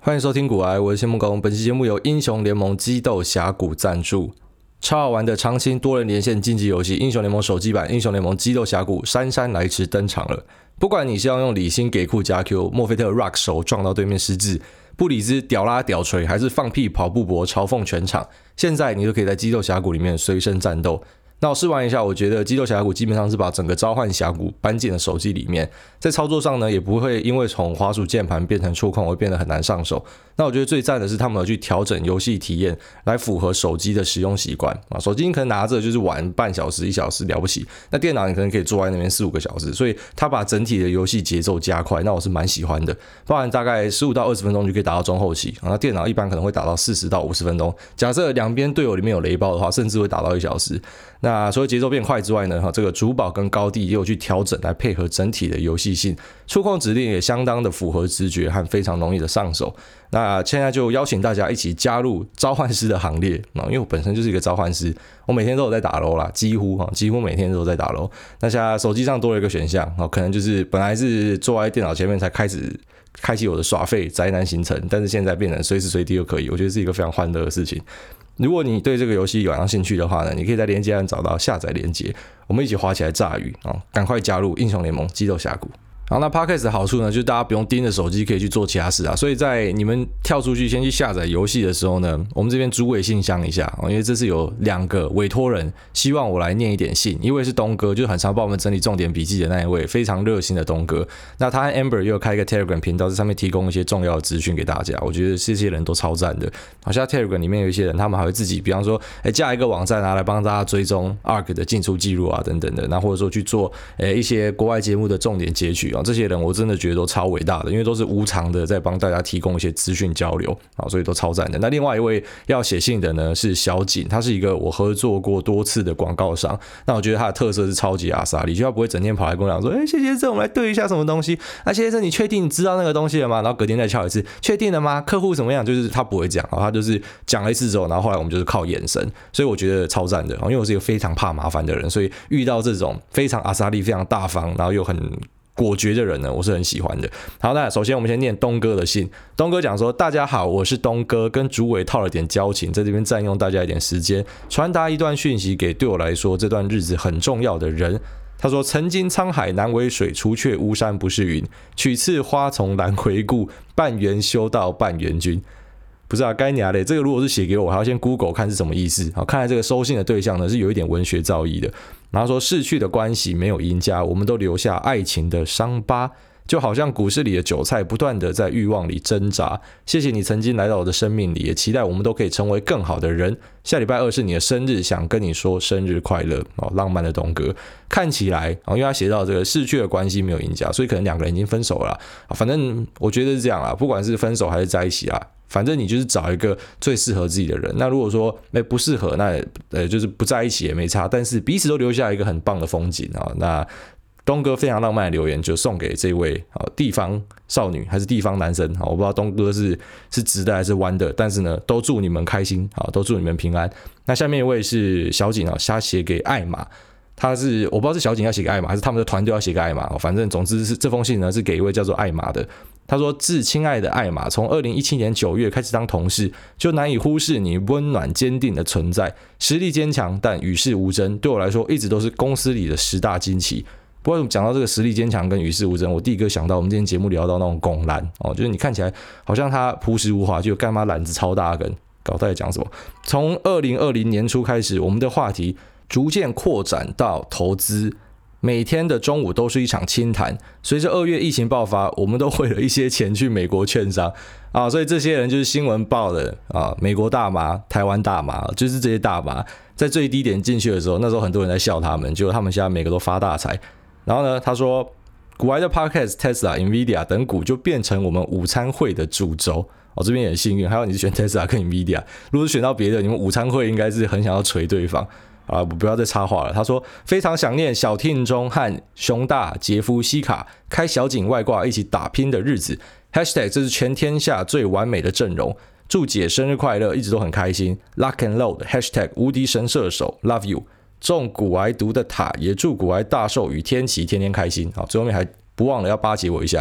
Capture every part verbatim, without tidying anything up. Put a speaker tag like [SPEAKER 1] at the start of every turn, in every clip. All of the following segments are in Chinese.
[SPEAKER 1] 欢迎收听股癌，我是谢木工。本期节目由英雄联盟激斗峡谷赞助。超好玩的长青多人连线竞技游戏英雄联盟手机版英雄联盟激斗峡谷姗姗来迟登场了。不管你是要用李欣给库加 Q、墨菲特 Rock 手撞到对面失智、布里兹屌拉屌锤，还是放屁跑步博嘲讽全场，现在你都可以在激斗峡谷里面随身战斗。那我试玩一下，我觉得激斗峡谷基本上是把整个召唤峡谷搬进了手机里面，在操作上呢，也不会因为从滑鼠键盘变成触控会变得很难上手。那我觉得最赞的是他们有去调整游戏体验，来符合手机的使用习惯啊。手机你可能拿着就是玩半小时、一小时了不起，那电脑你可能可以坐在那边四五个小时，所以它把整体的游戏节奏加快，那我是蛮喜欢的。包含大概十五到二十分钟就可以达到中后期，啊，那电脑一般可能会达到四十到五十分钟。假设两边队友里面有雷包的话，甚至会达到一小时。那除了节奏变快之外呢，这个主宝跟高地也有去调整来配合整体的游戏性，触控指令也相当的符合直觉和非常容易的上手。那现在就邀请大家一起加入召唤师的行列，因为我本身就是一个召唤师，我每天都有在打 LoL 啦，几乎几乎每天都有在打 LoL。那现在手机上多了一个选项，可能就是本来是坐在电脑前面才开始开启我的耍废宅男行程，但是现在变成随时随地都可以，我觉得是一个非常欢乐的事情。如果你对这个游戏有兴趣的话呢，你可以在连结栏找到下载连结，我们一起滑起来炸鱼，赶快加入英雄联盟激斗峡谷。好，那 Podcast 的好处呢，就是大家不用盯着手机，可以去做其他事啊。所以在你们跳出去先去下载游戏的时候呢，我们这边主委信箱一下，因为这次有两个委托人希望我来念一点信，一位是东哥，就是很常帮我们整理重点笔记的那一位，非常热心的东哥。那他和 Amber 又有开一个 Telegram 频道，在上面提供一些重要的资讯给大家，我觉得这些人都超赞的。好像 Telegram 里面有一些人，他们还会自己，比方说，哎，架一个网站啊，来帮大家追踪 A R K 的进出记录啊，等等的，那或者说去做，哎，一些国外节目的重点截取啊，这些人我真的觉得都超伟大的，因为都是无偿的在帮大家提供一些资讯交流啊，所以都超赞的。那另外一位要写信的呢是小景，他是一个我合作过多次的广告商，那我觉得他的特色是超级阿莎力，就他不会整天跑来跟我讲说，哎，谢先生，我们来对一下什么东西，啊，谢先生，你确定你知道那个东西了吗？然后隔天再敲一次，确定了吗？客户怎么样？就是他不会讲，他就是讲了一次之后，然后后来我们就是靠眼神，所以我觉得超赞的，因为我是一个非常怕麻烦的人，所以遇到这种非常阿莎力、非常大方，然后又很果决的人呢，我是很喜欢的。好，那首先我们先念东哥的信。东哥讲说：“大家好，我是东哥，跟主委套了点交情，在这边占用大家一点时间，传达一段讯息给对我来说这段日子很重要的人。”他说：“曾经沧海难为水，除却巫山不是云。取次花丛兰回顾，半缘修道半缘君。”不是啊，该娘嘞！这个如果是写给我，还要先 Google 看是什么意思。好，看来这个收信的对象呢是有一点文学造诣的。然后说逝去的关系没有赢家，我们都留下爱情的伤疤，就好像股市里的韭菜，不断的在欲望里挣扎。谢谢你曾经来到我的生命里，也期待我们都可以成为更好的人。下礼拜二是你的生日，想跟你说生日快乐哦，浪漫的东哥。看起来哦，因为他写到这个逝去的关系没有赢家，所以可能两个人已经分手了啦。反正我觉得是这样啦，不管是分手还是在一起啦。反正你就是找一个最适合自己的人。那如果说哎不适合，那呃就是不在一起也没差，但是彼此都留下一个很棒的风景啊。那东哥非常浪漫的留言就送给这位地方少女还是地方男生，我不知道东哥是是直的还是弯的，但是呢都祝你们开心，都祝你们平安。那下面一位是小景啊，他写给艾玛。他是我不知道是小景要写给艾玛，还是他们的团队要写给艾玛，反正总之是这封信呢是给一位叫做艾玛的。他说：“致亲爱的艾玛，从二零一七年九月开始当同事，就难以忽视你温暖坚定的存在，实力坚强但与世无争，对我来说一直都是公司里的十大惊奇。”不过讲到这个实力坚强跟与世无争，我第一个想到我们今天节目聊到那种拱篮哦，就是你看起来好像他朴实无华，就干嘛篮子超大根，搞在讲什么？从二零二零年初开始，我们的话题逐渐扩展到投资。每天的中午都是一场清谈。随着二月疫情爆发，我们都汇了一些钱去美国券商啊，所以这些人就是新闻报的啊，美国大麻、台湾大麻，就是这些大麻在最低点进去的时候，那时候很多人在笑他们，结果他们现在每个都发大财。然后呢，他说，股癌的 Podcast、Tesla、Nvidia 等股就变成我们午餐会的主轴。哦，这边也很幸运，还有你是选 Tesla 跟 Nvidia， 如果是选到别的，你们午餐会应该是很想要捶对方。啊，我不要再插话了。他说非常想念小听中和熊大、杰夫、西卡开小景外挂一起打拼的日子。Hashtag 这是全天下最完美的阵容。祝姐生日快乐，一直都很开心。Lock and load Hashtag 无敌神射手 Love you。中股癌毒的塔也祝股癌大寿与天齐天天开心。好，最后面还不忘了要巴结我一下。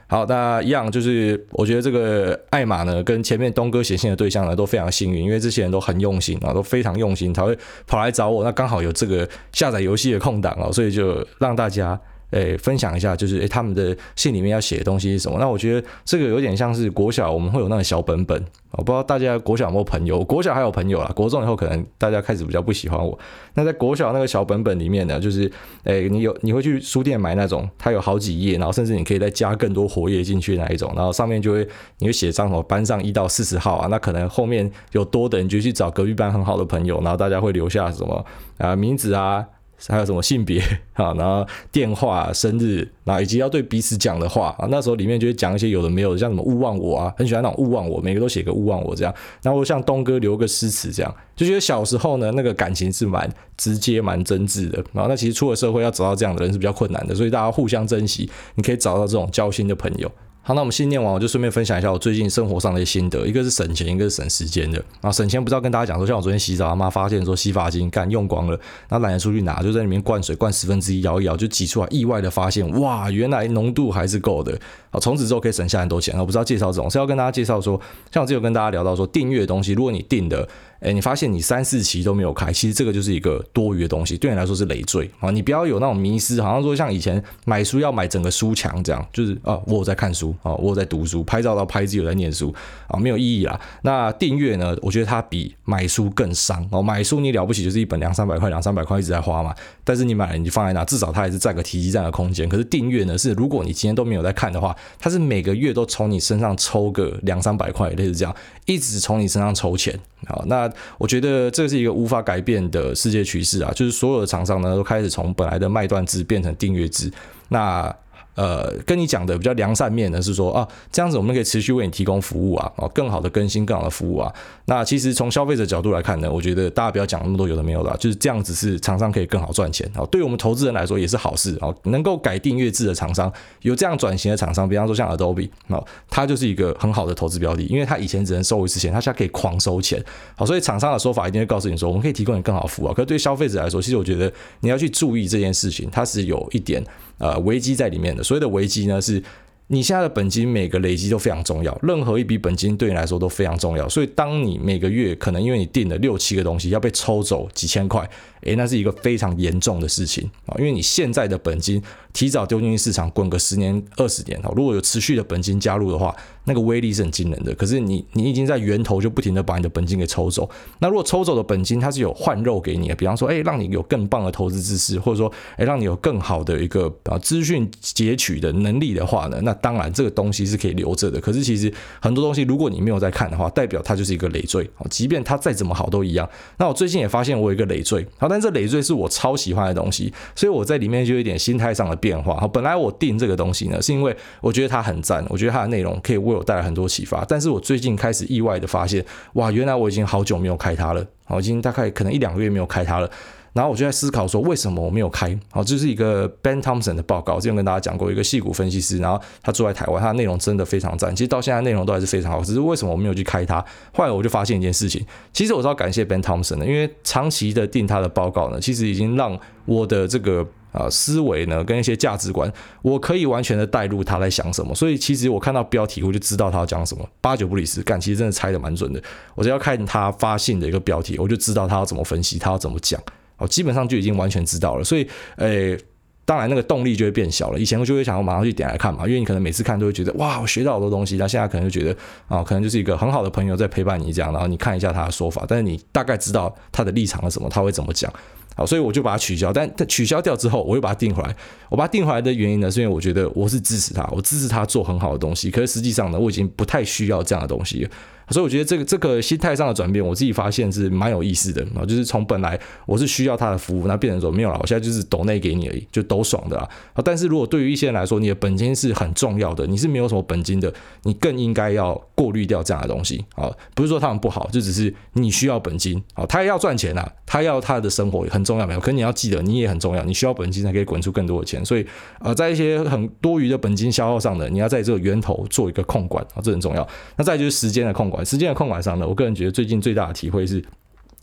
[SPEAKER 1] 好，那一样就是我觉得这个艾玛呢，跟前面东哥写信的对象呢都非常幸运，因为这些人都很用心啊，都非常用心才会跑来找我。那刚好有这个下载游戏的空档啊，所以就让大家。诶，分享一下，就是诶他们的信里面要写的东西是什么？那我觉得这个有点像是国小我们会有那个小本本，我不知道大家国小有没有朋友，国小还有朋友啦，国中以后可能大家开始比较不喜欢我。那在国小那个小本本里面呢，就是诶你有你会去书店买那种，它有好几页，然后甚至你可以再加更多活页进去那一种，然后上面就会你会写上什么班上一到四十号啊，那可能后面有多的你就去找隔壁班很好的朋友，然后大家会留下什么啊名字啊。还有什么性别啊，然后电话、生日，然后以及要对彼此讲的话啊，那时候里面就会讲一些有的没有的，像什么勿忘我啊，很喜欢那种勿忘我，每个都写个勿忘我这样。然后像东哥留个诗词这样，就觉得小时候呢那个感情是蛮直接、蛮真挚的。然后那其实出了社会要找到这样的人是比较困难的，所以大家互相珍惜，你可以找到这种交心的朋友。好，那我们信念完，我就顺便分享一下我最近生活上的一些心得，一个是省钱，一个是省时间的。然后省钱不知道跟大家讲说，像我昨天洗澡，他妈发现说洗发精干用光了，然后懒得出去拿，就在里面灌水，灌十分之一，摇一摇就挤出来，意外的发现，哇，原来浓度还是够的。好，从此之后可以省下很多钱。我不知道介绍这种，是要跟大家介绍说，像我之前有跟大家聊到说，订阅的东西，如果你订的。哎，你发现你三四期都没有开，其实这个就是一个多余的东西，对你来说是累赘啊！你不要有那种迷思，好像说像以前买书要买整个书墙这样，就是啊，我有在看书啊，我有在读书，拍照到拍自己有在念书啊，没有意义啦。那订阅呢，我觉得它比买书更伤哦。买书你了不起就是一本两三百块，两三百块一直在花嘛，但是你买了你放在那，至少它还是占个体积占个空间。可是订阅呢，是如果你今天都没有在看的话，它是每个月都从你身上抽个两三百块，类似这样，一直从你身上抽钱。好，那我觉得这是一个无法改变的世界趋势啊，就是所有的厂商呢都开始从本来的卖断制变成订阅制。那呃，跟你讲的比较良善面的是说啊，这样子我们可以持续为你提供服务啊，哦，更好的更新，更好的服务啊。那其实从消费者角度来看呢，我觉得大家不要讲那么多有的没有的、啊，就是这样子是厂商可以更好赚钱啊。对我们投资人来说也是好事啊，能够改订阅制的厂商，有这样转型的厂商，比方说像 Adobe 啊，它就是一个很好的投资标的，因为它以前只能收一次钱，它现在可以狂收钱。好，所以厂商的说法一定会告诉你说，我们可以提供你更好的服务啊。可是对消费者来说，其实我觉得你要去注意这件事情，它是有一点呃危机在里面的。所谓的危机呢，是你现在的本金每个累积都非常重要，任何一笔本金对你来说都非常重要。所以当你每个月可能因为你订了六七个东西要被抽走几千块，诶，那是一个非常严重的事情啊！因为你现在的本金提早丢进去市场滚个十年二十年，如果有持续的本金加入的话，那个威力是很惊人的。可是你你已经在源头就不停的把你的本金给抽走。那如果抽走的本金它是有换肉给你的，比方说，诶，让你有更棒的投资知识，或者说，诶，让你有更好的一个啊资讯截取的能力的话呢，那当然这个东西是可以留着的。可是其实很多东西如果你没有在看的话，代表它就是一个累赘，即便它再怎么好都一样。那我最近也发现我有一个累赘，好，但这累赘是我超喜欢的东西，所以我在里面就有一点心态上的变化。本来我订这个东西呢，是因为我觉得它很赞，我觉得它的内容可以为我带来很多启发。但是我最近开始意外的发现，哇，原来我已经好久没有开它了，我已经大概可能一两个月没有开它了。然后我就在思考说，为什么我没有开？好，这是一个 Ben Thompson 的报告，之前跟大家讲过，一个矽谷分析师，然后他住在台湾，他的内容真的非常赞。其实到现在内容都还是非常好，只是为什么我没有去开它？后来我就发现一件事情，其实我是要感谢 Ben Thompson 的，因为长期的订他的报告呢，其实已经让我的这个呃思维呢跟一些价值观，我可以完全的带入他在想什么。所以其实我看到标题我就知道他要讲什么，八九不离十，干，其实真的猜得蛮准的。我只要看他发信的一个标题，我就知道他要怎么分析，他要怎么讲。哦，基本上就已经完全知道了，所以，呃，当然那个动力就会变小了。以前我就会想要马上去点来看嘛，因为你可能每次看都会觉得哇，我学到好多东西。那现在可能就觉得啊、哦，可能就是一个很好的朋友在陪伴你这样，然后你看一下他的说法，但是你大概知道他的立场是什么，他会怎么讲。好，所以我就把它取消，但取消掉之后，我又把它订回来。我把它订回来的原因呢，是因为我觉得我是支持他，我支持他做很好的东西。可是实际上呢，我已经不太需要这样的东西了。所以我觉得这个这个心态上的转变，我自己发现是蛮有意思的啊，就是从本来我是需要他的服务，那变成说没有了，我现在就是抖内给你而已，就抖爽的啦。但是如果对于一些人来说，你的本金是很重要的，你是没有什么本金的，你更应该要过滤掉这样的东西啊，不是说他们不好，就只是你需要本金啊，他要赚钱啊，他要他的生活也很重要没有？可是你要记得，你也很重要，你需要本金才可以滚出更多的钱。所以呃，在一些很多余的本金消耗上的，你要在这个源头做一个控管啊，这很重要。那再就是时间的控管，时间的控管上。我个人觉得最近最大的体会是，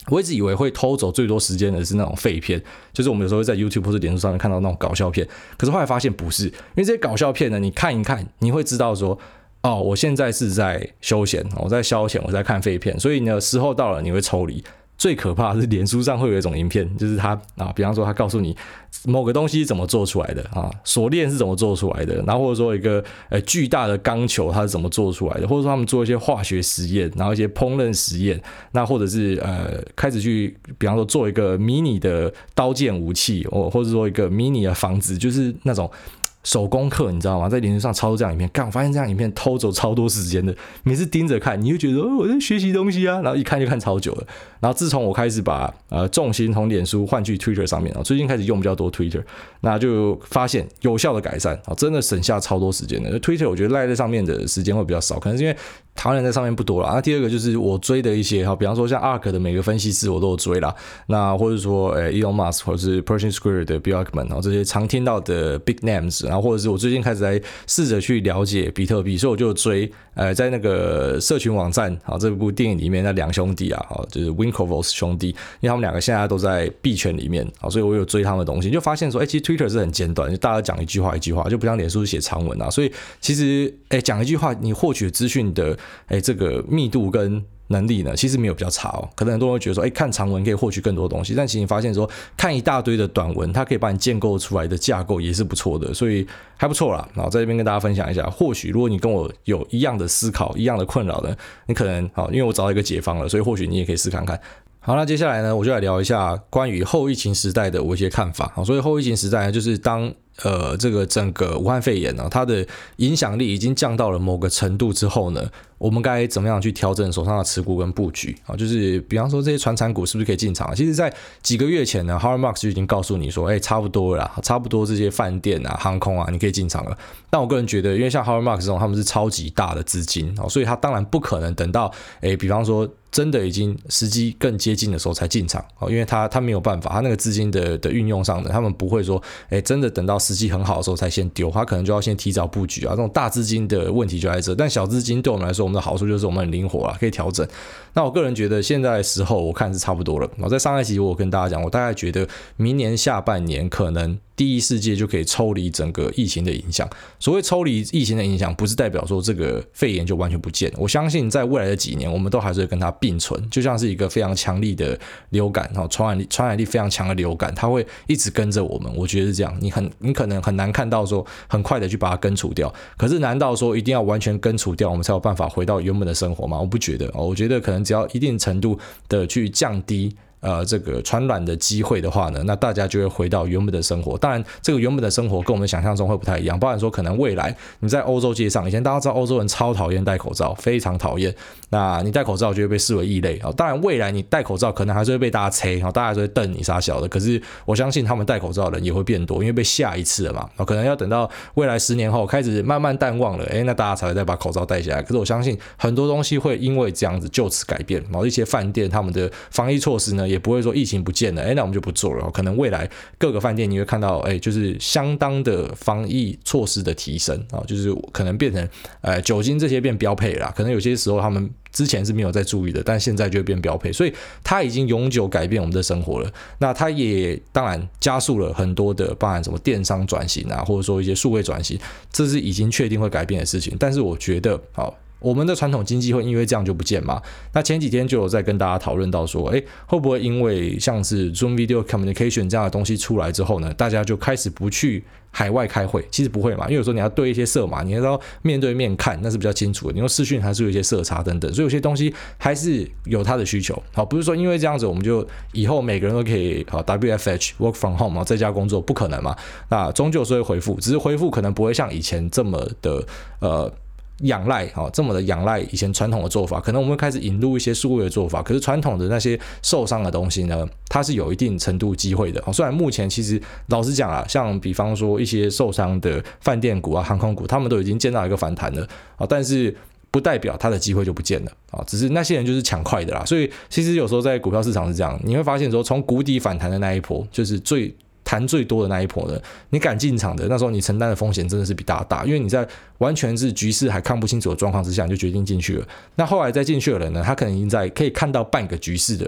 [SPEAKER 1] 我一直以为会偷走最多时间的是那种废片，就是我们有时候会在 YouTube 或者脸书上面看到那种搞笑片，可是后来发现不是，因为这些搞笑片呢，你看一看，你会知道说，哦，我现在是在休闲，我在消遣，我在看废片，所以呢，时候到了你会抽离。最可怕的是脸书上会有一种影片，就是他啊，比方说他告诉你某个东西是怎么做出来的啊，锁链是怎么做出来的，然后或者说一个呃巨大的钢球它是怎么做出来的，或者说他们做一些化学实验，然后一些烹饪实验，那或者是呃开始去比方说做一个迷你的刀剑武器，或或者说一个迷你的房子，就是那种手工课，你知道吗？在脸书上超多这样影片，干，我发现这样影片偷走超多时间的。每次盯着看，你就觉得哦，我在学习东西啊，然后一看就看超久了。然后自从我开始把呃重心从脸书换去 Twitter 上面，最近开始用比较多 Twitter， 那就发现有效的改善，真的省下超多时间的。Twitter 我觉得赖在上面的时间会比较少，可能是因为台湾人在上面不多啦。那第二个就是我追的一些，比方说像 A R K 的每个分析师我都有追啦，那或者说呃 Elon Musk 或者是 Pershing Square 的 Bill Ackman， 这些常听到的 Big Names， 然后或者是我最近开始在试着去了解比特币，所以我就追呃在那个社群网站好这部电影里面那两兄弟啊，就是 Winklevoss 兄弟，因为他们两个现在都在币圈里面，所以我有追他们的东西，就发现说，哎，其实 Twitter 是很简短，就大家讲一句话一句话，就不像脸书写长文啊，所以其实哎讲一句话，你获取资讯的哎这个密度跟能力呢，其实没有比较差哦。可能很多人会觉得说，哎，看长文可以获取更多东西，但其实你发现说，看一大堆的短文，它可以把你建构出来的架构也是不错的，所以还不错啦。然后在这边跟大家分享一下，或许如果你跟我有一样的思考、一样的困扰呢，你可能好，因为我找到一个解方了，所以或许你也可以试看看。好，那接下来呢，我就来聊一下关于后疫情时代的我一些看法。好，所以后疫情时代呢，就是当呃这个整个武汉肺炎呢，它的影响力已经降到了某个程度之后呢，我们该怎么样去调整手上的持股跟布局啊？就是比方说这些传产股是不是可以进场？其实，在几个月前呢 ，Howard Marks 就已经告诉你说，哎，差不多了啦，差不多这些饭店啊、航空啊，你可以进场了。但我个人觉得，因为像 Howard Marks 这种，他们是超级大的资金，所以他当然不可能等到，哎，比方说。真的已经时机更接近的时候才进场，因为他他没有办法，他那个资金的的运用上的，他们不会说，哎，真的等到时机很好的时候才先丢，他可能就要先提早布局啊。这种大资金的问题就在这，但小资金对我们来说，我们的好处就是我们很灵活啦，可以调整。那我个人觉得现在的时候，我看是差不多了。我在上一集我跟大家讲，我大概觉得明年下半年可能第一世界就可以抽离整个疫情的影响。所谓抽离疫情的影响，不是代表说这个肺炎就完全不见。我相信在未来的几年，我们都还是会跟它并存，就像是一个非常强力的流感，传染力传染力非常强的流感，它会一直跟着我们。我觉得是这样，你很你可能很难看到说很快的去把它根除掉。可是难道说一定要完全根除掉，我们才有办法回到原本的生活吗？我不觉得，我觉得可能只要一定程度的去降低。呃，这个传染的机会的话呢，那大家就会回到原本的生活。当然，这个原本的生活跟我们想象中会不太一样。包含说，可能未来你在欧洲街上，以前大家知道欧洲人超讨厌戴口罩，非常讨厌。那你戴口罩就会被视为异类啊。当然，未来你戴口罩可能还是会被大家催啊，大家还是会瞪你傻小的。可是我相信他们戴口罩的人也会变多，因为被吓一次了嘛。可能要等到未来十年后开始慢慢淡忘了，哎，那大家才会再把口罩戴下来。可是我相信很多东西会因为这样子就此改变。然后一些饭店他们的防疫措施呢，也不会说疫情不见了，哎，那我们就不做了。可能未来各个饭店你会看到，哎，就是相当的防疫措施的提升啊，就是可能变成呃酒精这些变标配了啦。可能有些时候他们之前是没有在注意的，但现在就会变标配，所以它已经永久改变我们的生活了。那它也当然加速了很多的，包含什么电商转型啊，或者说一些数位转型，这是已经确定会改变的事情。但是我觉得，好。我们的传统经济会因为这样就不见吗？那前几天就有在跟大家讨论到说，哎，会不会因为像是 Zoom Video Communication 这样的东西出来之后呢，大家就开始不去海外开会？其实不会嘛，因为有时候你要对一些色码，你要面对面看，那是比较清楚的。你用视讯还是有一些色差等等，所以有些东西还是有它的需求。好，不是说因为这样子我们就以后每个人都可以好 W F H Work from Home 在家工作，不可能嘛。那终究是会恢复，只是恢复可能不会像以前这么的呃。仰赖啊，这么的仰赖以前传统的做法，可能我们会开始引入一些数位的做法。可是传统的那些受伤的东西呢，它是有一定程度机会的。虽然目前其实老实讲啊，像比方说一些受伤的饭店股啊、航空股，他们都已经见到一个反弹了啊，但是不代表它的机会就不见了啊，只是那些人就是抢快的啦。所以其实有时候在股票市场是这样，你会发现说从谷底反弹的那一波，就是最弹最多的那一波呢，你敢进场的，那时候你承担的风险真的是比大家大，因为你在完全是局势还看不清楚的状况之下，你就决定进去了。那后来再进去的人呢，他可能已经在可以看到半个局势的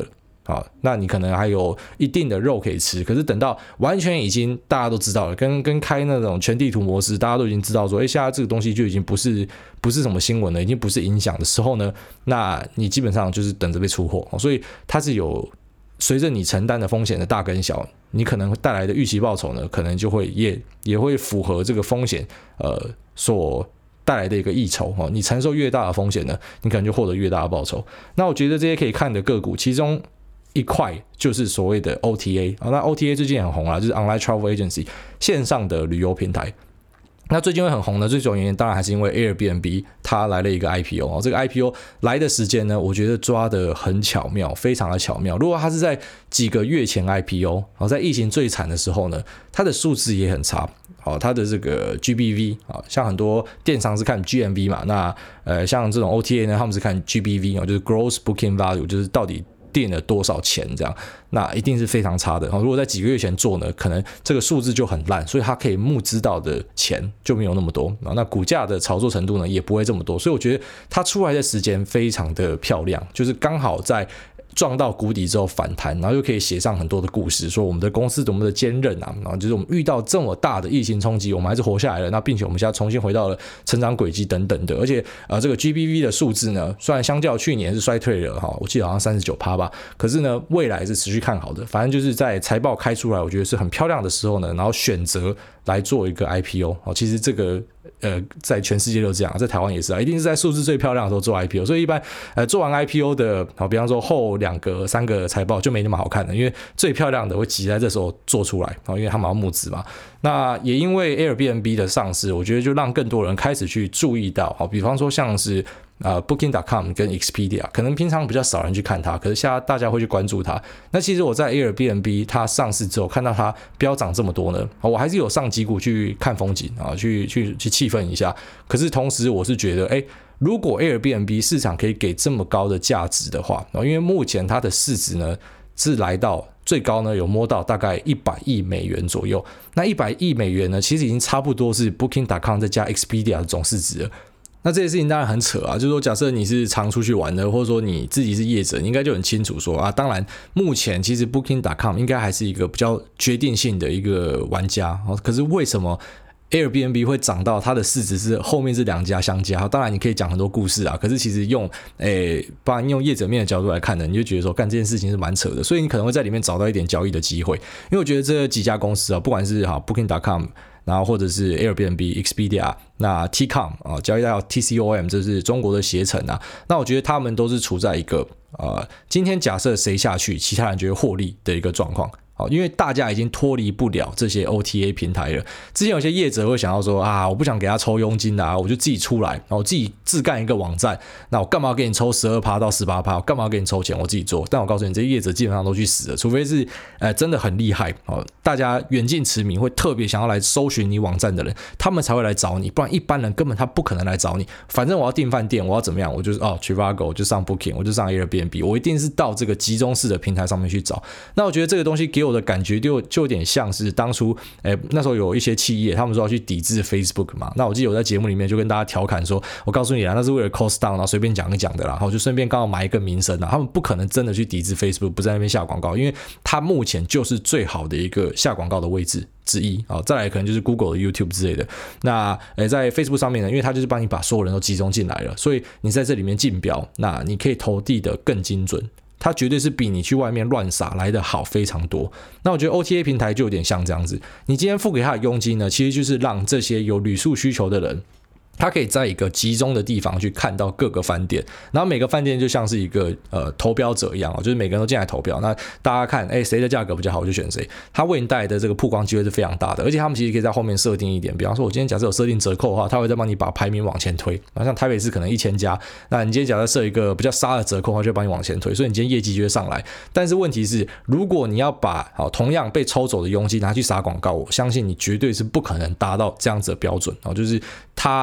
[SPEAKER 1] 好，那你可能还有一定的肉可以吃，可是等到完全已经大家都知道了，跟跟开那种全地图模式，大家都已经知道说，哎，现在这个东西就已经不是不是什么新闻了，已经不是影响的时候呢，那你基本上就是等着被出货，所以它是有随着你承担的风险的大跟小，你可能带来的预期报酬呢，可能就会也也会符合这个风险呃所带来的一个溢酬，你承受越大的风险呢，你可能就获得越大的报酬。那我觉得这些可以看的个股，其中一块就是所谓的 O T A， 那 O T A 最近很红啦，就是 Online Travel Agency 线上的旅游平台。那最近会很红的最主要原因当然还是因为 Airbnb 它来了一个 I P O， 这个 I P O 来的时间呢，我觉得抓得很巧妙，非常的巧妙。如果它是在几个月前 I P O， 在疫情最惨的时候呢，它的数字也很差，它的这个 G B V， 像很多电商是看 G M V 嘛，那呃像这种 O T A 呢，他们是看 G B V， 就是 Gross Booking Value， 就是到底订了多少钱这样，那一定是非常差的。如果在几个月前做呢，可能这个数字就很烂，所以它可以募资到的钱就没有那么多，那股价的炒作程度呢也不会这么多，所以我觉得它出来的时间非常的漂亮，就是刚好在撞到谷底之后反弹，然后又可以写上很多的故事，说我们的公司多么的坚韧啊，然后就是我们遇到这么大的疫情冲击，我们还是活下来了，那并且我们现在重新回到了成长轨迹等等的，而且呃这个 G B V 的数字呢，虽然相较去年是衰退了哈，我记得好像 百分之三十九 吧，可是呢未来是持续看好的，反正就是在财报开出来，我觉得是很漂亮的时候呢，然后选择来做一个 I P O， 其实这个呃，在全世界都这样，在台湾也是啊，一定是在数字最漂亮的时候做 I P O， 所以一般呃做完 I P O 的，好，比方说后两个、三个财报就没那么好看了，因为最漂亮的会挤在这时候做出来，因为他们要募资嘛。那也因为 Airbnb 的上市，我觉得就让更多人开始去注意到，好，比方说像是呃 Booking 点 com 跟 Expedia， 可能平常比较少人去看它，可是现在大家会去关注它。那其实我在 Airbnb 它上市之后，看到它飙涨这么多呢，我还是有上几股去看风景啊，去去去气氛一下。可是同时我是觉得，哎，如果 Airbnb 市场可以给这么高的价值的话，因为目前它的市值呢是来到最高呢有摸到大概一百亿美元左右，那一百亿美元呢其实已经差不多是 Booking 点 com 再加 Expedia 的总市值了。那这些事情当然很扯啊，就是说假设你是常出去玩的，或者说你自己是业者，你应该就很清楚说啊，当然目前其实 Booking 点 com 应该还是一个比较决定性的一个玩家，可是为什么Airbnb 会涨到它的市值是后面这两家相加？当然你可以讲很多故事啊，可是其实用诶，不然用业者面的角度来看呢，你就觉得说干这件事情是蛮扯的，所以你可能会在里面找到一点交易的机会，因为我觉得这几家公司啊，不管是好 Booking 点 com， 然后或者是 Airbnb、Expedia， 那 T C O M 啊，交易到 T C O M， 这是中国的携程啊，那我觉得他们都是处在一个呃，今天假设谁下去，其他人就会获利的一个状况。因为大家已经脱离不了这些 O T A 平台了。之前有些业者会想要说啊，我不想给他抽佣金啊，我就自己出来，然后我自己自干一个网站，那我干嘛给你抽 百分之十二 到 百分之十八， 我干嘛给你抽钱，我自己做。但我告诉你，这些业者基本上都去死了，除非是呃真的很厉害，大家远近驰名，会特别想要来搜寻你网站的人，他们才会来找你，不然一般人根本他不可能来找你。反正我要订饭店，我要怎么样，我就是哦 Trivago， 我就上 Booking， 我就上 Airbnb， 我一定是到这个集中式的平台上面去找。那我觉得这个东西给我的感觉就就有点像是当初诶那时候有一些企业他们说要去抵制 Facebook 嘛，那我记得我在节目里面就跟大家调侃说，我告诉你啦，那是为了 cost down， 然后随便讲一讲的啦，然后就顺便刚好买一个名声啦，他们不可能真的去抵制 Facebook， 不在那边下广告，因为它目前就是最好的一个下广告的位置之一，再来可能就是 Google 的 YouTube 之类的。那在 Facebook 上面呢，因为它就是帮你把所有人都集中进来了，所以你在这里面竞标，那你可以投递的更精准，它绝对是比你去外面乱撒来的好非常多。那我觉得 O T A 平台就有点像这样子，你今天付给他的佣金呢，其实就是让这些有旅宿需求的人，他可以在一个集中的地方去看到各个饭店，然后每个饭店就像是一个呃投标者一样，就是每个人都进来投标，那大家看哎谁的价格比较好我就选谁，他为你带来的这个曝光机会是非常大的，而且他们其实可以在后面设定一点，比方说我今天假设有设定折扣的话，他会再帮你把排名往前推，然后像台北市可能一千家，那你今天假设设一个比较杀的折扣的话，就会帮你往前推，所以你今天业绩就会上来。但是问题是，如果你要把好同样被抽走的佣金拿去撒广告，我相信你绝对是不可能达到这样子的标准，就是他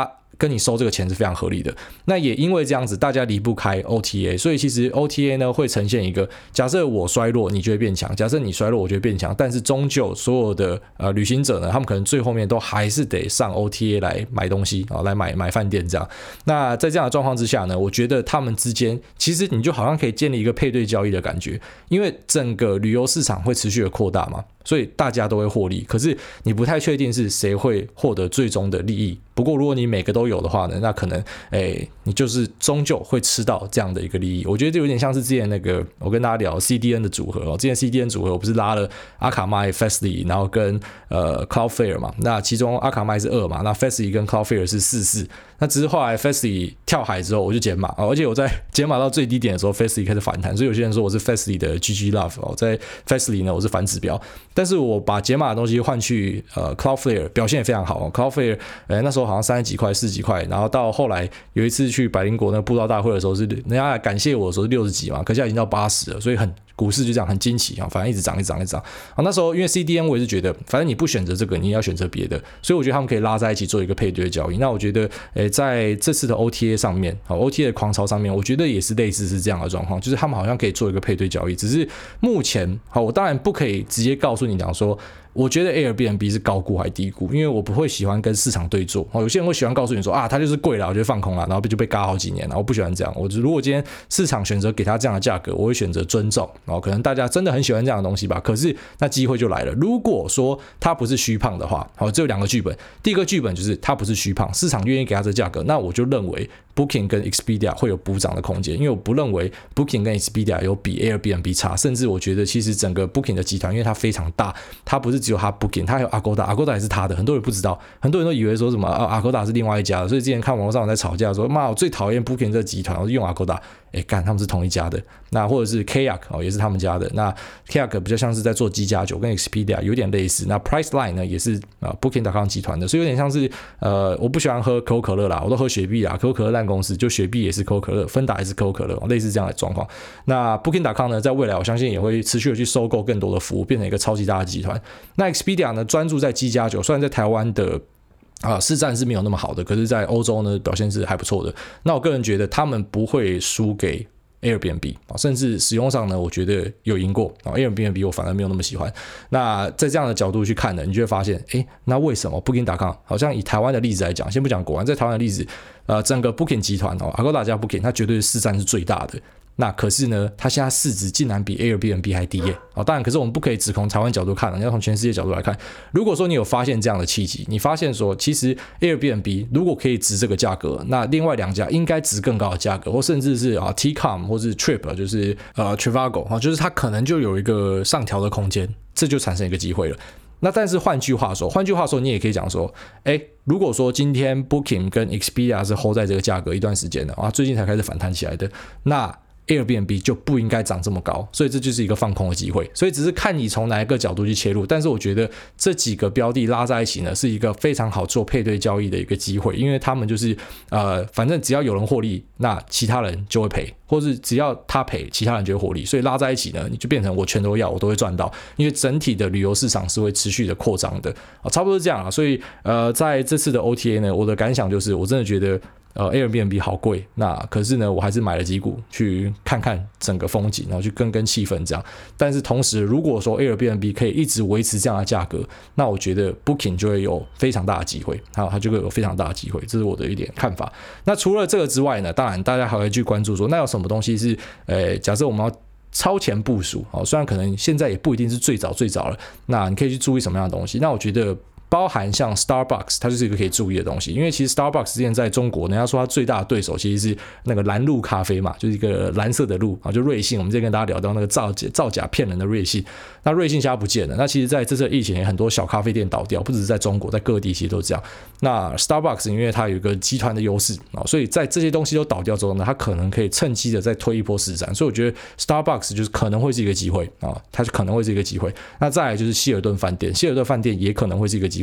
[SPEAKER 1] 跟你收这个钱是非常合理的。那也因为这样子，大家离不开 O T A， 所以其实 O T A 呢会呈现一个，假设我衰弱，你就会变强；假设你衰弱，我就会变强。但是终究所有的呃旅行者呢，他们可能最后面都还是得上 O T A 来买东西啊、哦，来买买饭店这样。那在这样的状况之下呢，我觉得他们之间其实你就好像可以建立一个配对交易的感觉，因为整个旅游市场会持续的扩大嘛。所以大家都会获利，可是你不太确定是谁会获得最终的利益。不过如果你每个都有的话呢，那可能诶你就是终究会吃到这样的一个利益。我觉得这有点像是之前那个我跟大家聊 C D N 的组合哦，之前 C D N 组合我不是拉了阿卡麦、Fastly， 然后跟呃 Cloudflare 嘛，那其中阿卡麦是二嘛，那 Fastly 跟 Cloudflare 是四四。那只是后来 Fastly 跳海之后，我就减码、哦、而且我在减码到最低点的时候 Fastly 开始反弹，所以有些人说我是 Fastly 的 G G Love 哦，在 Fastly 呢我是反指标。但是我把解码的东西换去呃 Cloudflare， 表现也非常好、哦、Cloudflare、呃、那时候好像三十几块四十几块，然后到后来有一次去百灵果那个布道大会的时候，是人家来感谢我的时候是六十几嘛，可现在已经到八十了，所以很股市就这样很惊奇啊，反正一直涨一直涨一直涨啊。那时候因为 C D N 我也是觉得，反正你不选择这个，你也要选择别的，所以我觉得他们可以拉在一起做一个配对的交易。那我觉得，诶，在这次的 O T A 上面，好 O T A 的狂潮上面，我觉得也是类似是这样的状况，就是他们好像可以做一个配对交易，只是目前好，我当然不可以直接告诉你讲说。我觉得 Airbnb 是高估还低估，因为我不会喜欢跟市场对坐。有些人会喜欢告诉你说啊，它就是贵了，我就放空了，然后就被嘎好几年了。我不喜欢这样。我如果今天市场选择给它这样的价格，我会选择尊重。然后可能大家真的很喜欢这样的东西吧，可是那机会就来了。如果说它不是虚胖的话，好，只有两个剧本。第一个剧本就是它不是虚胖，市场愿意给它这个价格，那我就认为 Booking 跟 Expedia 会有补涨的空间，因为我不认为 Booking 跟 Expedia 有比 Airbnb 差，甚至我觉得其实整个 Booking 的集团，因为它非常大，它不是只有它 Booking， 它还有 Agoda，Agoda 也是它的，很多人不知道，很多人都以为说什么、啊、Agoda 是另外一家的，所以之前看网络上在吵架说，妈，我最讨厌 Booking 这个集团，我就用 Agoda。哎，干，他们是同一家的。那或者是 Kayak、哦、也是他们家的。那 Kayak 比较像是在做机加酒，跟 Expedia 有点类似。那 Priceline 呢也是、呃、Booking 点 com 集团的，所以有点像是呃，我不喜欢喝可口可乐啦，我都喝雪碧啦，可口可乐烂公司，就雪碧也是可口可乐，芬达也是可口可乐，类似这样的状况。那 Booking 点 com 呢，在未来我相信也会持续的去收购更多的服务，变成一个超级大的集团。那 Expedia 呢，专注在机加酒，虽然在台湾的。啊，市占是没有那么好的，可是在欧洲呢表现是还不错的。那我个人觉得他们不会输给 Airbnb， 甚至使用上呢，我觉得有赢过。Airbnb 我反而没有那么喜欢。那在这样的角度去看呢，你就会发现，哎，那为什么 Booking 点 com 好像以台湾的例子来讲，先不讲国外，在台湾的例子，呃，整个 Booking 集团哦 ，Agoda 加 Booking， 它绝对是市占是最大的。那可是呢，它现在市值竟然比 Airbnb 还低耶！哦，当然，可是我们不可以只从台湾角度看，你要从全世界角度来看。如果说你有发现这样的契机，你发现说，其实 Airbnb 如果可以值这个价格，那另外两家应该值更高的价格，或甚至是啊 T C O M 或是 Trip， 就是呃 Trivago 啊，就是它可能就有一个上调的空间，这就产生一个机会了。那但是换句话说，换句话说，你也可以讲说，哎，如果说今天 Booking 跟 Expedia 是 hold 在这个价格一段时间的啊，最近才开始反弹起来的，那Airbnb 就不应该涨这么高，所以这就是一个放空的机会。所以只是看你从哪一个角度去切入，但是我觉得这几个标的拉在一起呢，是一个非常好做配对交易的一个机会，因为他们就是呃，反正只要有人获利，那其他人就会赔，或是只要他赔，其他人就会获利，所以拉在一起呢，你就变成我全都要，我都会赚到，因为整体的旅游市场是会持续的扩张的，啊，差不多是这样啊。所以呃，在这次的 O T A 呢，我的感想就是，我真的觉得。呃 Airbnb 好贵，那可是呢我还是买了几股去看看整个风景，然后去跟跟气氛这样。但是同时如果说 Airbnb 可以一直维持这样的价格，那我觉得 Booking 就会有非常大的机会，好，它就会有非常大的机会，这是我的一点看法。那除了这个之外呢，当然大家还会去关注说，那有什么东西是呃，假设我们要超前部署，虽然可能现在也不一定是最早最早了，那你可以去注意什么样的东西？那我觉得包含像 Starbucks， 它就是一个可以注意的东西，因为其实 Starbucks 之前在中国，人家说它最大的对手其实是那个蓝鹿咖啡嘛，就是一个蓝色的鹿啊，就瑞幸。我们之前跟大家聊到那个造假造假骗人的瑞幸，那瑞幸现在不见了。那其实在这次疫情也很多小咖啡店倒掉，不只是在中国，在各地其实都这样。那 Starbucks 因为它有一个集团的优势啊，所以在这些东西都倒掉之后呢，它可能可以趁机的再推一波市占，所以我觉得 Starbucks 就是可能会是一个机会啊，它可能会是一个机会。那再来就是希尔顿饭店，希尔顿饭店也可能会是一个机会。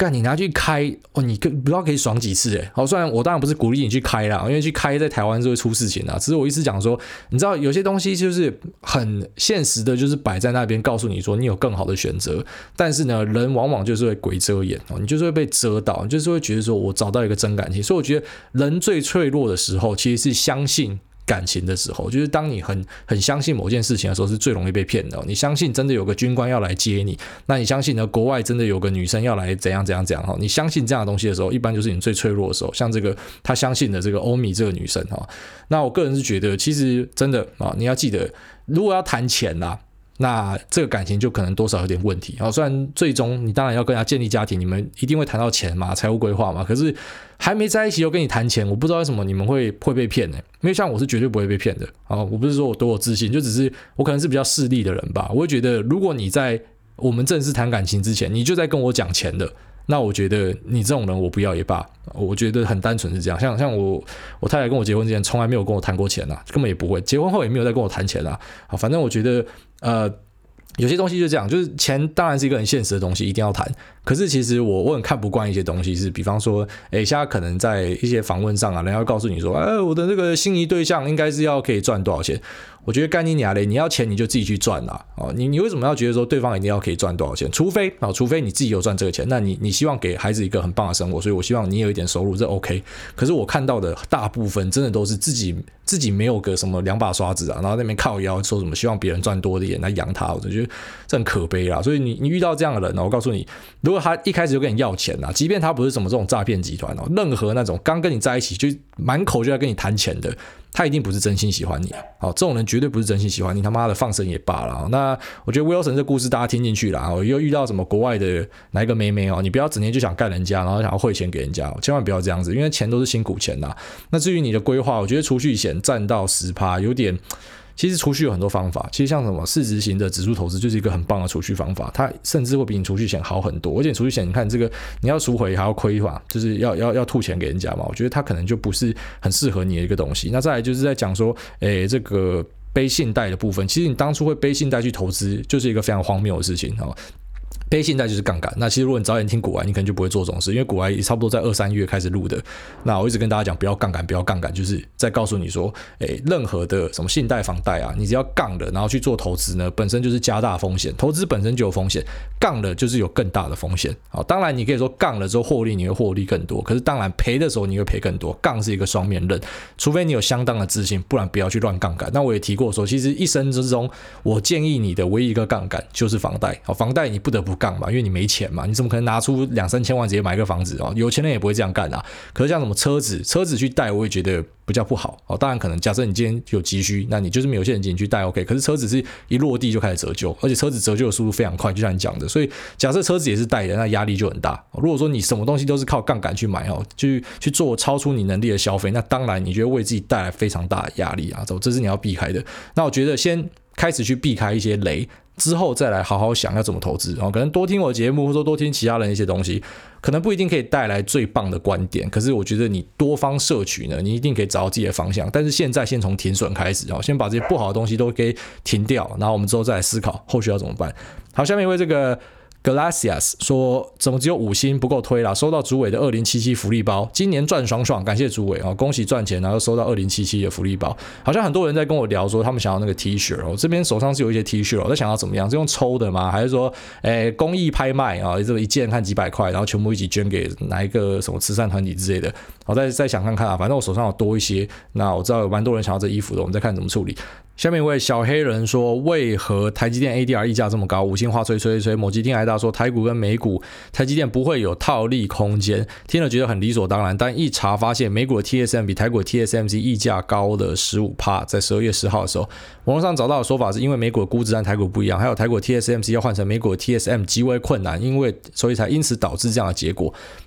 [SPEAKER 1] 干你拿去开哦，你不知道可以爽几次哎。好，虽然我当然不是鼓励你去开啦，因为去开在台湾是会出事情啦。只是我意思讲说，你知道有些东西就是很现实的，就是摆在那边告诉你说你有更好的选择，但是呢，人往往就是会鬼遮眼哦，你就是会被遮到，你就是会觉得说我找到一个真感情。所以我觉得人最脆弱的时候，其实是相信感情的时候，就是当你很很相信某件事情的时候，是最容易被骗的、哦。你相信真的有个军官要来接你，那你相信呢，国外真的有个女生要来怎样怎样怎样哈？你相信这样的东西的时候，一般就是你最脆弱的时候。像这个他相信的这个欧米这个女生哈，那我个人是觉得，其实真的啊，你要记得，如果要谈钱啦。那这个感情就可能多少有点问题。虽然最终你当然要跟他建立家庭，你们一定会谈到钱嘛，财务规划嘛。可是还没在一起就跟你谈钱，我不知道为什么你们会会被骗呢、欸？因为像我是绝对不会被骗的。我不是说我多有自信，就只是我可能是比较势利的人吧。我会觉得，如果你在我们正式谈感情之前，你就在跟我讲钱的。那我觉得你这种人我不要也罢，我觉得很单纯是这样。像像我我太太跟我结婚之前从来没有跟我谈过钱啦，根本也不会。结婚后也没有再跟我谈钱啦。好，反正我觉得呃有些东西就这样，就是钱当然是一个很现实的东西，一定要谈。可是其实我我很看不惯一些东西是，比方说，诶，现在可能在一些访问上啊，人家会告诉你说，哎，我的这个心仪对象应该是要可以赚多少钱。我觉得干你娘嘞！你要钱你就自己去赚啦、哦、你你为什么要觉得说对方一定要可以赚多少钱？除非啊、哦，除非你自己有赚这个钱，那你你希望给孩子一个很棒的生活，所以我希望你有一点收入，这 OK。可是我看到的大部分真的都是自己自己没有个什么两把刷子啊，然后那边靠腰说什么希望别人赚多一点来养他，我就觉得这很可悲啦。所以你你遇到这样的人呢，我告诉你，如果他一开始就跟你要钱啊，即便他不是什么这种诈骗集团哦，任何那种刚跟你在一起就满口就在跟你谈钱的。他一定不是真心喜欢你啊！好，这种人绝对不是真心喜欢你，他妈的放生也罢了。那我觉得 Wilson 这故事大家听进去啦，又遇到什么国外的哪一个妹妹哦，你不要整天就想干人家，然后想要汇钱给人家，千万不要这样子，因为钱都是辛苦钱呐。那至于你的规划，我觉得储蓄险占到 百分之十 有点。其实储蓄有很多方法，其实像什么市值型的指数投资就是一个很棒的储蓄方法，它甚至会比你储蓄险好很多。而且储蓄险你看这个你要赎回还要亏嘛，就是要要要吐钱给人家嘛，我觉得它可能就不是很适合你的一个东西。那再来就是在讲说，诶这个背信贷的部分，其实你当初会背信贷去投资，就是一个非常荒谬的事情哦。背信贷就是杠杆，那其实如果你早点听股癌，你可能就不会做这种事，因为股癌也差不多在二三月开始录的。那我一直跟大家讲不要杠杆，不要杠杆，就是在告诉你说，诶，任何的什么信贷、房贷啊，你只要杠了，然后去做投资呢，本身就是加大风险，投资本身就有风险，杠了就是有更大的风险。好，当然你可以说杠了之后获利，你会获利更多，可是当然赔的时候你会赔更多，杠是一个双面刃，除非你有相当的自信，不然不要去乱杠杆。那我也提过说，其实一生之中，我建议你的唯一一个杠杆就是房贷。好，房贷你不得不杠嘛，因为你没钱嘛，你怎么可能拿出两三千万直接买一个房子哦？有钱人也不会这样干啊。可是像什么车子，车子去贷，我也觉得比较不好哦。当然，可能假设你今天有急需，那你就是没有现金去贷 OK。可是车子是一落地就开始折旧，而且车子折旧的速度非常快，就像你讲的。所以假设车子也是贷的，那压力就很大。如果说你什么东西都是靠杠杆去买哦，去去做超出你能力的消费，那当然你就会为自己带来非常大的压力啊，这是你要避开的。那我觉得先开始去避开一些雷。之后再来好好想要怎么投资、哦、可能多听我的节目或者说多听其他人一些东西，可能不一定可以带来最棒的观点，可是我觉得你多方摄取呢，你一定可以找到自己的方向。但是现在先从停损开始、哦、先把这些不好的东西都给停掉，然后我们之后再来思考后续要怎么办。好，下面一位这个Glacias 说怎么只有五星不够推啦，收到主委的二零七七福利包，今年赚爽爽，感谢主委、哦、恭喜赚钱，然后收到二零七七的福利包。好像很多人在跟我聊说他们想要那个 T 恤、哦、这边手上是有一些 T 恤、哦、在想要怎么样，是用抽的吗？还是说诶公益拍卖啊、哦，这个一件看几百块，然后全部一起捐给哪一个什么慈善团体之类的。我再再想看看啊，反正我手上有多一些，那我知道有蛮多人想要这衣服的，我们再看怎么处理。下面一位小黑人说，为何台积电 A D R 溢价这么高？五星话吹吹吹，某基听来大说台股跟美股台积电不会有套利空间，听了觉得很理所当然，但一查发现美股的 T S M 比台股的 T S M C 溢价高了 百分之十五， 在十二月十号的时候，网络上找到的说法是因为美股的估值和台股不一样，还有台股的 T S M C 要换成美股的 T S M 极为困难，因为所以才因此导致这样的结果。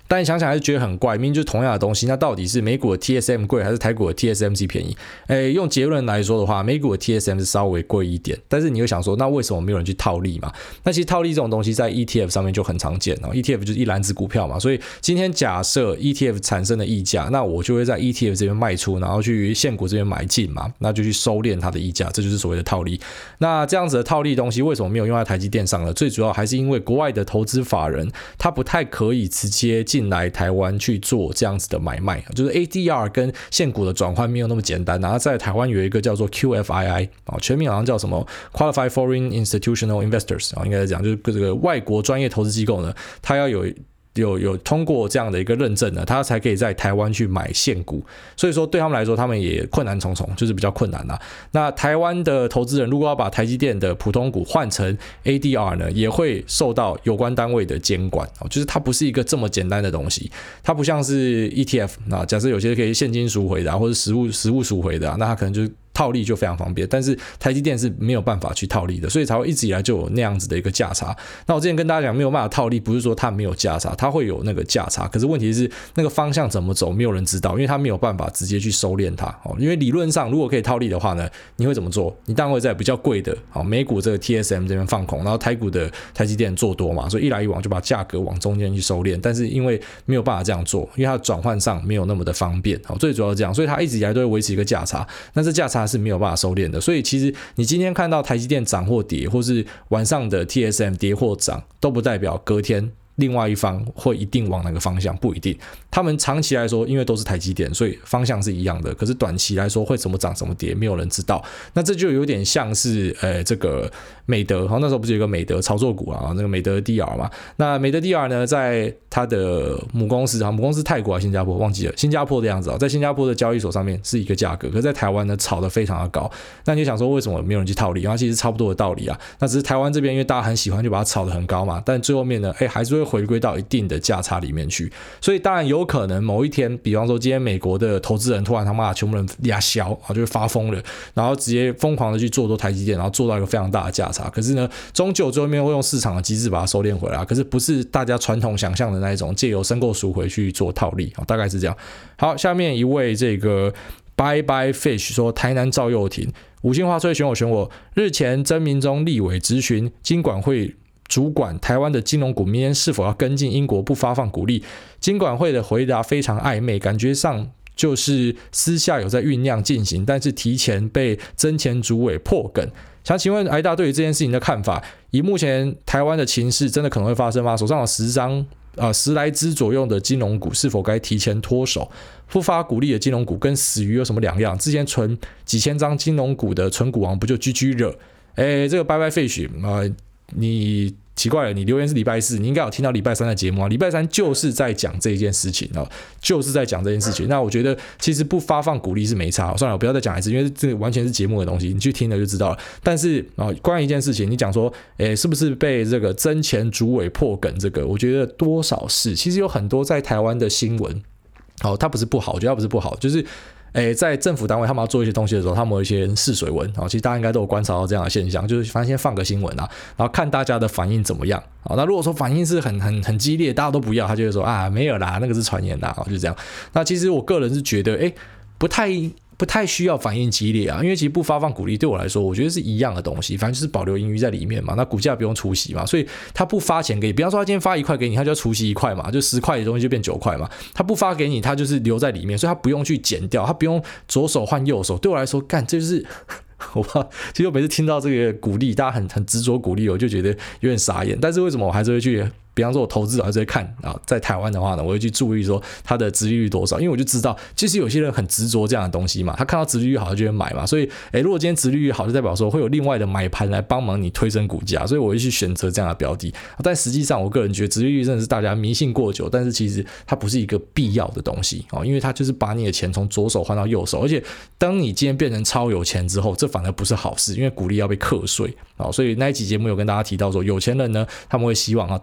[SPEAKER 1] 但你想想还是觉得很怪，明明就是同样的东西，那到底是美股的 T S M 贵还是台股的 T S M C 便宜？诶，用结论来说的话，美股的 T S M 是稍微贵一点，但是你会想说，那为什么没有人去套利嘛？那其实套利这种东西在 E T F 上面就很常见哦 ，E T F 就是一篮子股票嘛，所以今天假设 E T F 产生的溢价，那我就会在 E T F 这边卖出，然后去现股这边买进嘛，那就去收敛它的溢价，这就是所谓的套利。那这样子的套利东西为什么没有用在台积电上呢？最主要还是因为国外的投资法人他不太可以直接进来台湾去做这样子的买卖，就是 A D R 跟现股的转换没有那么简单。然后在台湾有一个叫做 Q F I I 全名好像叫什么 Qualified Foreign Institutional Investors 应该是讲就是这个外国专业投资机构呢，它要有有有通过这样的一个认证呢，他才可以在台湾去买现股，所以说对他们来说，他们也困难重重，就是比较困难啦。那台湾的投资人如果要把台积电的普通股换成 A D R 呢，也会受到有关单位的监管，就是它不是一个这么简单的东西，它不像是 E T F， 那假设有些可以现金赎回的、啊、或者实物实物赎回的、啊，那它可能就套利就非常方便，但是台积电是没有办法去套利的，所以才会一直以来就有那样子的一个价差。那我之前跟大家讲没有办法套利，不是说它没有价差，它会有那个价差，可是问题是那个方向怎么走没有人知道，因为它没有办法直接去收敛它。因为理论上如果可以套利的话呢，你会怎么做？你当然会在比较贵的美股这个 T S M 这边放空，然后台股的台积电做多嘛，所以一来一往就把价格往中间去收敛，但是因为没有办法这样做，因为它的转换上没有那么的方便，最主要是这样，所以它一直以来都会维持一个价差，那这价差是没有办法收敛的。所以其实你今天看到台积电涨或跌，或是晚上的 T S M 跌或涨，都不代表隔天另外一方会一定往哪个方向，不一定。他们长期来说因为都是台积电，所以方向是一样的，可是短期来说会怎么涨怎么跌没有人知道。那这就有点像是呃这个美德，那时候不是有一个美德操作股啊，那个美德 D R 嘛，那美德 D R 呢在它的母公司，母公司泰国还是新加坡忘记了，新加坡的样子啊，在新加坡的交易所上面是一个价格，可是在台湾呢炒得非常的高。那你就想说为什么没有人去套利？然后其实差不多的道理啊，那只是台湾这边因为大家很喜欢就把它炒得很高嘛，但最后面呢哎还是会回归到一定的价差里面去。所以当然有可能某一天，比方说今天美国的投资人突然他妈全部人压销就会发疯了，然后直接疯狂的去做多台积电，然后做到一个非常大的价差。可是呢终究最后面会用市场的机制把它收敛回来，可是不是大家传统想象的那一种借由申购赎回去做套利，大概是这样。好，下面一位这个 Bye Bye Fish 说，台南赵又廷五星花吹选我选我，日前曾明忠立委质询金管会主管台湾的金融股明年是否要跟进英国不发放股利，金管会的回答非常暧昧，感觉上就是私下有在酝酿进行，但是提前被曾前主委破梗。想请问挨大对于这件事情的看法，以目前台湾的情势真的可能会发生吗？手上有十张呃十来只左右的金融股，是否该提前脱手？不发股利的金融股跟死鱼有什么两样？之前存几千张金融股的存股王不就居居热？哎，这个拜拜废墟呃你奇怪了，你留言是礼拜四，你应该有听到礼拜三的节目啊。礼拜三就是在讲这一件事情啊，就是在讲这件事情。那我觉得其实不发放股利是没差，算了，我不要再讲一次，因为这完全是节目的东西，你去听了就知道了。但是啊，关于一件事情，你讲说，诶，是不是被这个曾前主委破梗？这个我觉得多少是，其实有很多在台湾的新闻，哦，它不是不好，我觉得它不是不好，就是。诶，在政府单位他们要做一些东西的时候，他们有一些试水温，其实大家应该都有观察到这样的现象，就是反正先放个新闻啊，然后看大家的反应怎么样。那如果说反应是很很很激烈，大家都不要，他就会说啊没有啦，那个是传言啦，就这样。那其实我个人是觉得，诶，不太。不太需要反应激烈啊，因为其实不发放股利对我来说，我觉得是一样的东西，反正就是保留盈余在里面嘛，那股价不用除息嘛，所以他不发钱给你，比方说他今天发一块给你，他就要除息一块嘛，就十块的东西就变九块嘛，他不发给你，他就是留在里面，所以他不用去减掉，他不用左手换右手，对我来说，干这就是我不知道，其实我每次听到这个股利，大家很很执着股利，我就觉得有点傻眼，但是为什么我还是会去？比方说我投资我还是会看啊，在台湾的话呢，我会去注意说它的殖利率多少，因为我就知道其实有些人很执着这样的东西嘛，他看到殖利率好他就会买嘛，所以诶如果今天殖利率好就代表说会有另外的买盘来帮忙你推升股价，所以我会去选择这样的标的。但实际上我个人觉得殖利率真的是大家迷信过久，但是其实它不是一个必要的东西，因为它就是把你的钱从左手换到右手，而且当你今天变成超有钱之后，这反而不是好事，因为股利要被课税，所以那一集节目有跟大家提到说有钱人呢他们会希望大股东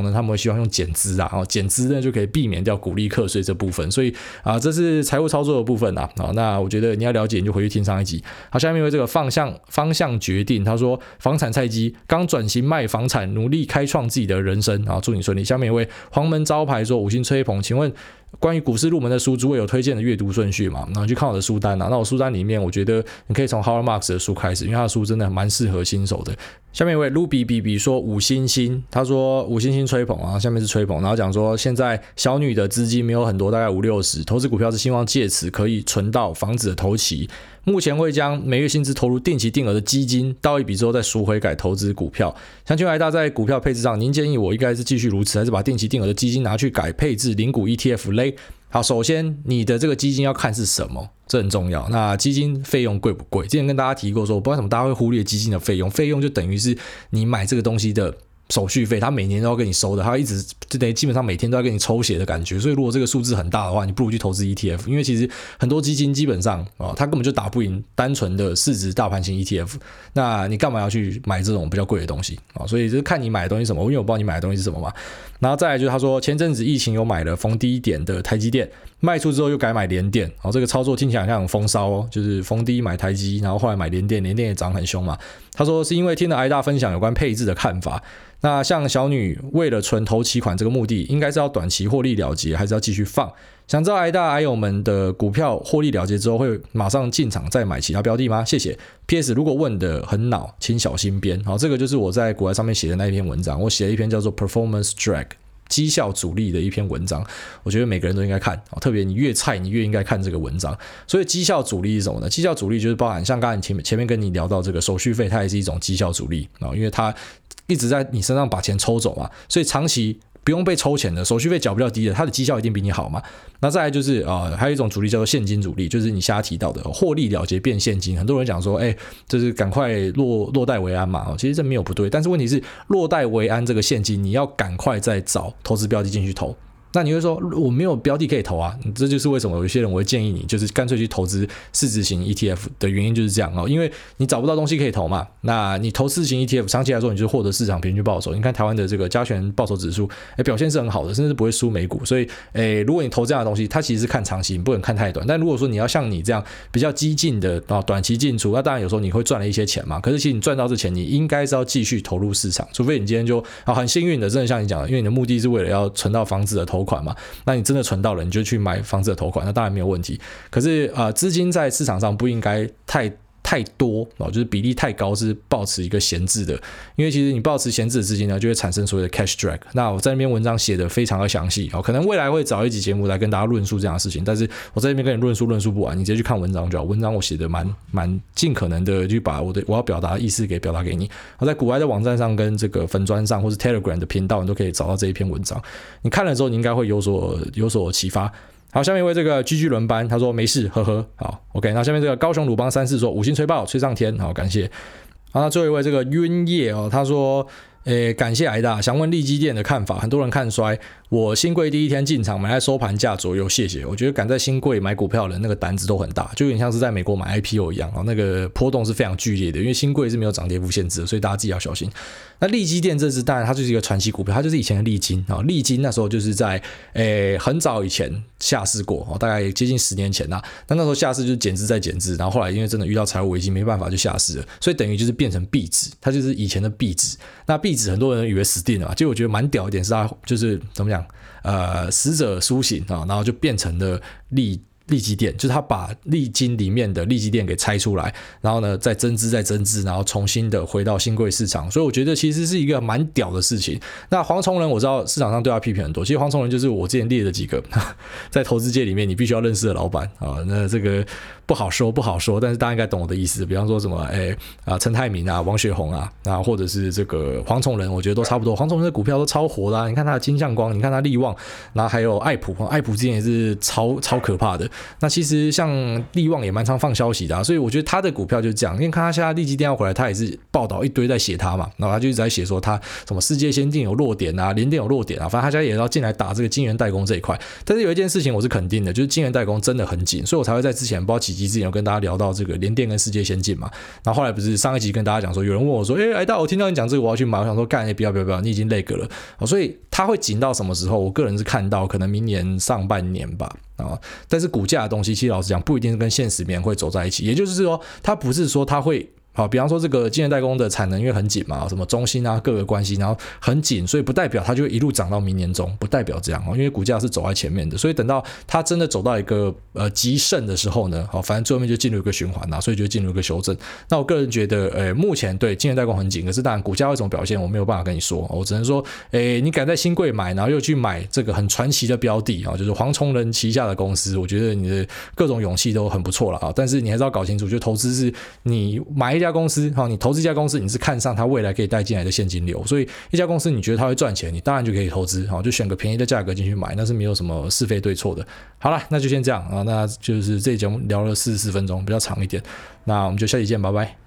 [SPEAKER 1] 呢，他们会希望用减资啊，哦，减资呢就可以避免掉股利课税这部分，所以啊，这是财务操作的部分啊。好，那我觉得你要了解，你就回去听上一集。好，下面为这个方向方向决定，他说房产菜鸡刚转型卖房产，努力开创自己的人生啊，祝你顺利。下面一位黄门招牌说五星吹捧，请问关于股市入门的书，诸位有推荐的阅读顺序嘛？然后去看我的书单啊，那我书单里面，我觉得你可以从 Howard Marks 的书开始，因为他的书真的蛮适合新手的。下面一位 Ruby B B 说五星星，他说五星星吹捧啊，下面是吹捧，然后讲说现在小女的资金没有很多，大概五六十，投资股票是希望借此可以存到房子的头期。目前会将每月薪资投入定期定额的基金，到一笔之后再赎回改投资股票。想请问艾大在股票配置上，您建议我应该是继续如此，还是把定期定额的基金拿去改配置零股 E T F 嘞？好，首先你的这个基金要看是什么，这很重要。那基金费用贵不贵？之前跟大家提过说，我不知道为什么大家会忽略基金的费用，费用就等于是你买这个东西的手续费，他每年都要跟你收的，他一直就等于基本上每天都要跟你抽血的感觉。所以如果这个数字很大的话，你不如去投资 E T F， 因为其实很多基金基本上啊，它根本就打不赢单纯的市值大盘型 E T F。那你干嘛要去买这种比较贵的东西啊？所以就是看你买的东西是什么，因为我不知道你买的东西是什么嘛。然后再来就是他说前阵子疫情有买了逢低点的台积电，卖出之后又改买联电，哦，这个操作听起来像很风骚哦，就是逢低买台积，然后后来买联电，联电也涨很凶嘛。他说是因为听了挨大分享有关配置的看法，那像小女为了存头期款这个目的，应该是要短期获利了结，还是要继续放？想知道挨大挨友们的股票获利了结之后会马上进场再买其他标的吗？谢谢。P S 如果问的很恼，请小心编。好，这个就是我在国外上面写的那一篇文章，我写了一篇叫做 Performance Drag 绩效阻力的一篇文章，我觉得每个人都应该看，特别你越菜你越应该看这个文章。所以绩效阻力是什么呢？绩效阻力就是包含像刚才前面跟你聊到这个手续费，它也是一种绩效阻力，因为它一直在你身上把钱抽走嘛，所以长期不用被抽钱的，手续费缴比较低的，它的绩效一定比你好嘛。那再来就是、呃、还有一种阻力叫做现金阻力，就是你现在提到的获利了结变现金。很多人讲说，哎，就是赶快落落袋为安嘛，其实这没有不对，但是问题是落袋为安这个现金，你要赶快再找投资标的进去投。那你会说我没有标的可以投啊，这就是为什么有些人我会建议你就是干脆去投资市值型 E T F 的原因就是这样哦，因为你找不到东西可以投嘛，那你投市值型 E T F 长期来说你就获得市场平均报酬。你看台湾的这个加权报酬指数，哎，表现是很好的，甚至不会输美股。所以，哎，如果你投这样的东西，它其实是看长期，你不能看太短。但如果说你要像你这样比较激进的啊短期进出，那当然有时候你会赚了一些钱嘛。可是其实你赚到这钱，你应该是要继续投入市场，除非你今天就啊很幸运的，真的像你讲的，因为你的目的是为了要存到房子的头款嘛。那你真的存到了，你就去买房子的头款，那当然没有问题。可是呃，资金在市场上不应该太太多哦，就是比例太高是抱持一个闲置的，因为其实你抱持闲置的资金呢，就会产生所谓的 cash drag。那我在那篇文章写的非常的详细哦，可能未来会找一集节目来跟大家论述这样的事情，但是我在这边跟你论述论述不完，你直接去看文章就好。文章我写的蛮蛮尽可能的去把我的我要表达的意思给表达给你。我在国外的网站上跟这个粉专上或是 Telegram 的频道，你都可以找到这一篇文章。你看了之后，你应该会有所有所启发。好，下面一位这个 G G 轮班，他说没事，呵呵。好 ，OK。那下面这个高雄鲁邦三四说五星吹爆，吹上天，好，感谢。好，那最后一位这个晕叶哦，他说，诶，感谢挨大，想问利基电的看法。很多人看衰，我新贵第一天进场买在收盘价左右，谢谢。我觉得敢在新贵买股票的那个胆子都很大，就有点像是在美国买 I P O 一样，那个波动是非常剧烈的，因为新贵是没有涨跌幅限制的，所以大家自己要小心。那利基电这支当然它就是一个传奇股票，它就是以前的利金啊，利金那时候就是在诶很早以前下市过，大概接近十年前啦。那那时候下市就是减资再减资，然后后来因为真的遇到财务危机没办法就下市了，所以等于就是变成币值，它就是以前的币值。那币值很多人以为死定了嘛，就我觉得蛮屌一点是它就是怎么讲，呃，死者苏醒啊，然后就变成了利。利基电就是他把利金里面的利基电给拆出来，然后呢再增资再增资，然后重新的回到新贵市场，所以我觉得其实是一个蛮屌的事情。那黄崇仁我知道市场上对他批评很多，其实黄崇仁就是我之前列的几个在投资界里面你必须要认识的老板啊，那这个不好说不好说，但是大家应该懂我的意思。比方说什么哎啊陈泰明啊、王雪红啊，啊或者是这个黄崇仁，我觉得都差不多。黄崇仁的股票都超活的、啊，你看他的金相光，你看他力旺，然后还有爱普，爱普之前也是超超可怕的。 那其实像力旺也蛮常放消息的、啊，所以我觉得他的股票就是这样。因为看他现在利基电要回来，他也是报道一堆在写他嘛，然后他就一直在写说他什么世界先进有弱点啊，联电有弱点啊，反正他家也要进来打这个晶圆代工这一块。但是有一件事情我是肯定的，就是晶圆代工真的很紧，所以我才会在之前不知道几集之前有跟大家聊到这个联电跟世界先进嘛。然后后来不是上一集跟大家讲说，有人问我说，哎、欸，哎大我听到你讲这个我要去买，我想说干，哎、欸、不要不要不要，你已经累个了、哦，所以他会紧到什么时候？我个人是看到可能明年上半年吧。啊，但是股价的东西，其实老实讲，不一定跟现实面会走在一起。也就是说，它不是说它会。好，比方说这个晶圆代工的产能因为很紧嘛，什么中芯啊各个关系，然后很紧，所以不代表它就会一路涨到明年中，不代表这样哦，因为股价是走在前面的，所以等到它真的走到一个呃极盛的时候呢，好，反正最后面就进入一个循环啦，所以就进入一个修正。那我个人觉得，呃，目前对晶圆代工很紧，可是当然股价会怎么表现，我没有办法跟你说，我只能说，诶，你敢在新贵买，然后又去买这个很传奇的标的啊，就是黄崇仁旗下的公司，我觉得你的各种勇气都很不错了啊，但是你还是要搞清楚，就投资是你买一家公司，哈，你投资一家公司，你是看上它未来可以带进来的现金流，所以一家公司你觉得它会赚钱，你当然就可以投资，好，就选个便宜的价格进去买，那是没有什么是非对错的。好了，那就先这样啊，那就是这一节目聊了四十四分钟，比较长一点，那我们就下期见，拜拜。